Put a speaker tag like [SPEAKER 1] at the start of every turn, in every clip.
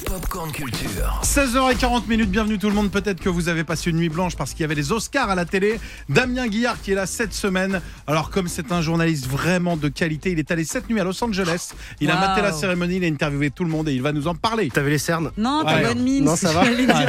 [SPEAKER 1] Popcorn Culture.
[SPEAKER 2] 16h40, bienvenue tout le monde. Peut-être que vous avez passé une nuit blanche parce qu'il y avait les Oscars à la télé. Damien Guillard qui est là cette semaine. Alors comme c'est un journaliste vraiment de qualité, il est allé cette nuit à Los Angeles. Il a maté la cérémonie, il a interviewé tout le monde et il va nous en parler.
[SPEAKER 3] T'avais les cernes?
[SPEAKER 4] Non, pas bonne mine.
[SPEAKER 3] Non, ça va.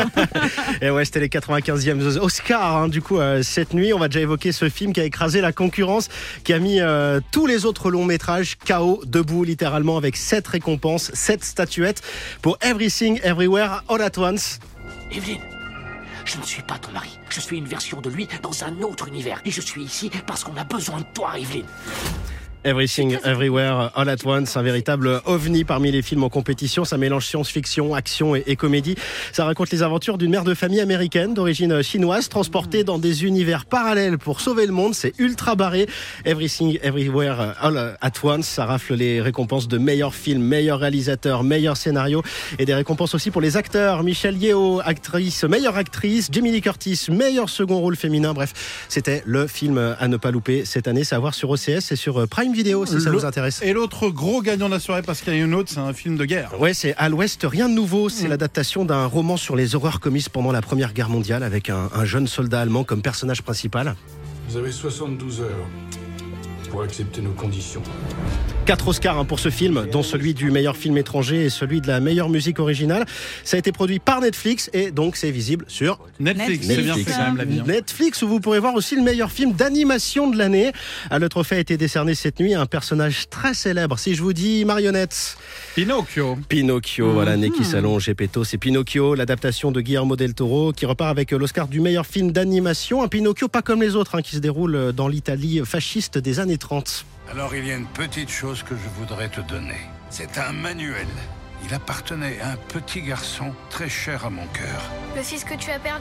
[SPEAKER 3] Et ouais, c'était les 95e Oscars. Du coup, cette nuit, on va déjà évoquer ce film qui a écrasé la concurrence, qui a mis tous les autres longs métrages KO, debout littéralement, avec 7 récompenses, 7 statuettes pour Everything, Everywhere, All at Once.
[SPEAKER 5] Evelyn, je ne suis pas ton mari. Je suis une version de lui dans un autre univers. Et je suis ici parce qu'on a besoin de toi, Evelyn.
[SPEAKER 3] Everything, Everywhere, All at Once, un véritable ovni parmi les films en compétition. Ça mélange science-fiction, action et comédie. Ça raconte les aventures d'une mère de famille américaine d'origine chinoise transportée dans des univers parallèles pour sauver le monde. C'est ultra barré. Everything, Everywhere, All at Once. Ça rafle les récompenses de meilleur film, meilleur réalisateur, meilleur scénario et des récompenses aussi pour les acteurs. Michelle Yeoh, meilleure actrice. Jamie Lee Curtis, meilleur second rôle féminin. Bref, c'était le film à ne pas louper cette année. C'est à voir sur OCS et sur Prime Video si ça vous intéresse.
[SPEAKER 2] Et l'autre gros gagnant de la soirée, parce qu'il y a une autre, c'est un film de guerre.
[SPEAKER 3] Ouais, c'est À l'Ouest, rien de nouveau. C'est l'adaptation d'un roman sur les horreurs commises pendant la Première Guerre mondiale avec un jeune soldat allemand comme personnage principal.
[SPEAKER 6] Vous avez 72 heures pour accepter nos conditions.
[SPEAKER 3] 4 Oscars pour ce film, dont celui du meilleur film étranger et celui de la meilleure musique originale. Ça a été produit par Netflix et donc c'est visible sur
[SPEAKER 2] Netflix. C'est bien fait quand même la vie.
[SPEAKER 3] Netflix, où vous pourrez voir aussi le meilleur film d'animation de l'année. Le trophée a été décerné cette nuit à un personnage très célèbre. Si je vous dis marionnette.
[SPEAKER 2] Pinocchio,
[SPEAKER 3] voilà, nez qui s'allonge et péto, c'est Pinocchio, l'adaptation de Guillermo del Toro, qui repart avec l'Oscar du meilleur film d'animation. Un Pinocchio pas comme les autres, qui se déroule dans l'Italie fasciste des années 30.
[SPEAKER 6] Alors il y a une petite chose que je voudrais te donner. C'est un manuel. Il appartenait à un petit garçon très cher à mon cœur.
[SPEAKER 7] Le fils que tu as perdu ?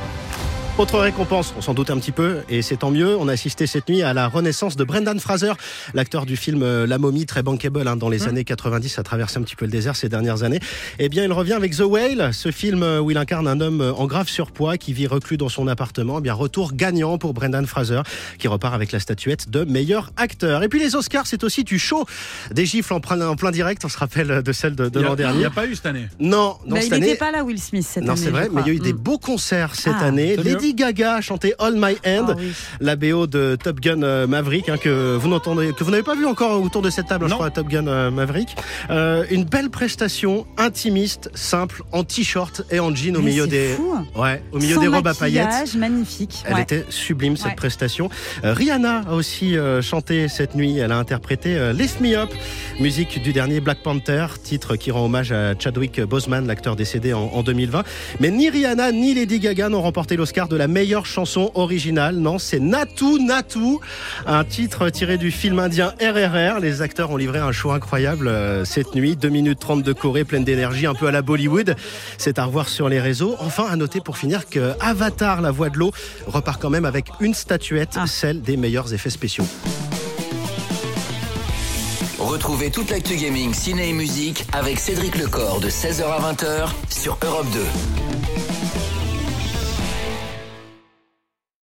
[SPEAKER 3] Autre récompense, on s'en doute un petit peu, et c'est tant mieux. On a assisté cette nuit à la renaissance de Brendan Fraser, l'acteur du film La Momie, très bankable dans les années 90, a traversé un petit peu le désert ces dernières années. Eh bien, il revient avec The Whale, ce film où il incarne un homme en grave surpoids qui vit reclus dans son appartement. Eh bien, retour gagnant pour Brendan Fraser, qui repart avec la statuette de meilleur acteur. Et puis les Oscars, c'est aussi du show, des gifles en plein direct. On se rappelle de celle de l'an dernier.
[SPEAKER 2] Il n'y a pas eu cette année.
[SPEAKER 3] Non, cette
[SPEAKER 4] il
[SPEAKER 3] année.
[SPEAKER 4] n'était pas là, Will Smith, cette année.
[SPEAKER 3] Non, c'est vrai, mais il y a eu des beaux concerts cette année. Lady Gaga a chanté All My Hand, la BO de Top Gun Maverick, que vous n'avez pas vu encore autour de cette table, je crois, Top Gun Maverick. Une belle prestation, intimiste, simple, en t-shirt et en jean au milieu des robes à paillettes.
[SPEAKER 4] Magnifique.
[SPEAKER 3] Elle était sublime cette prestation. Rihanna a aussi chanté cette nuit. Elle a interprété Lift Me Up, musique du dernier Black Panther, titre qui rend hommage à Chadwick Boseman, l'acteur décédé en 2020. Mais ni Rihanna ni Lady Gaga n'ont remporté l'Oscar de la meilleure chanson originale. Non, c'est Natu Natu, un titre tiré du film indien RRR. Les acteurs ont livré un show incroyable cette nuit. 2 minutes 30 de choré, pleine d'énergie, un peu à la Bollywood. C'est à revoir sur les réseaux. Enfin, à noter pour finir que Avatar, la voix de l'eau, repart quand même avec une statuette, celle des meilleurs effets spéciaux.
[SPEAKER 1] Retrouvez toute l'actu gaming, ciné et musique avec Cédric Lecor de 16h à 20h sur Europe 2.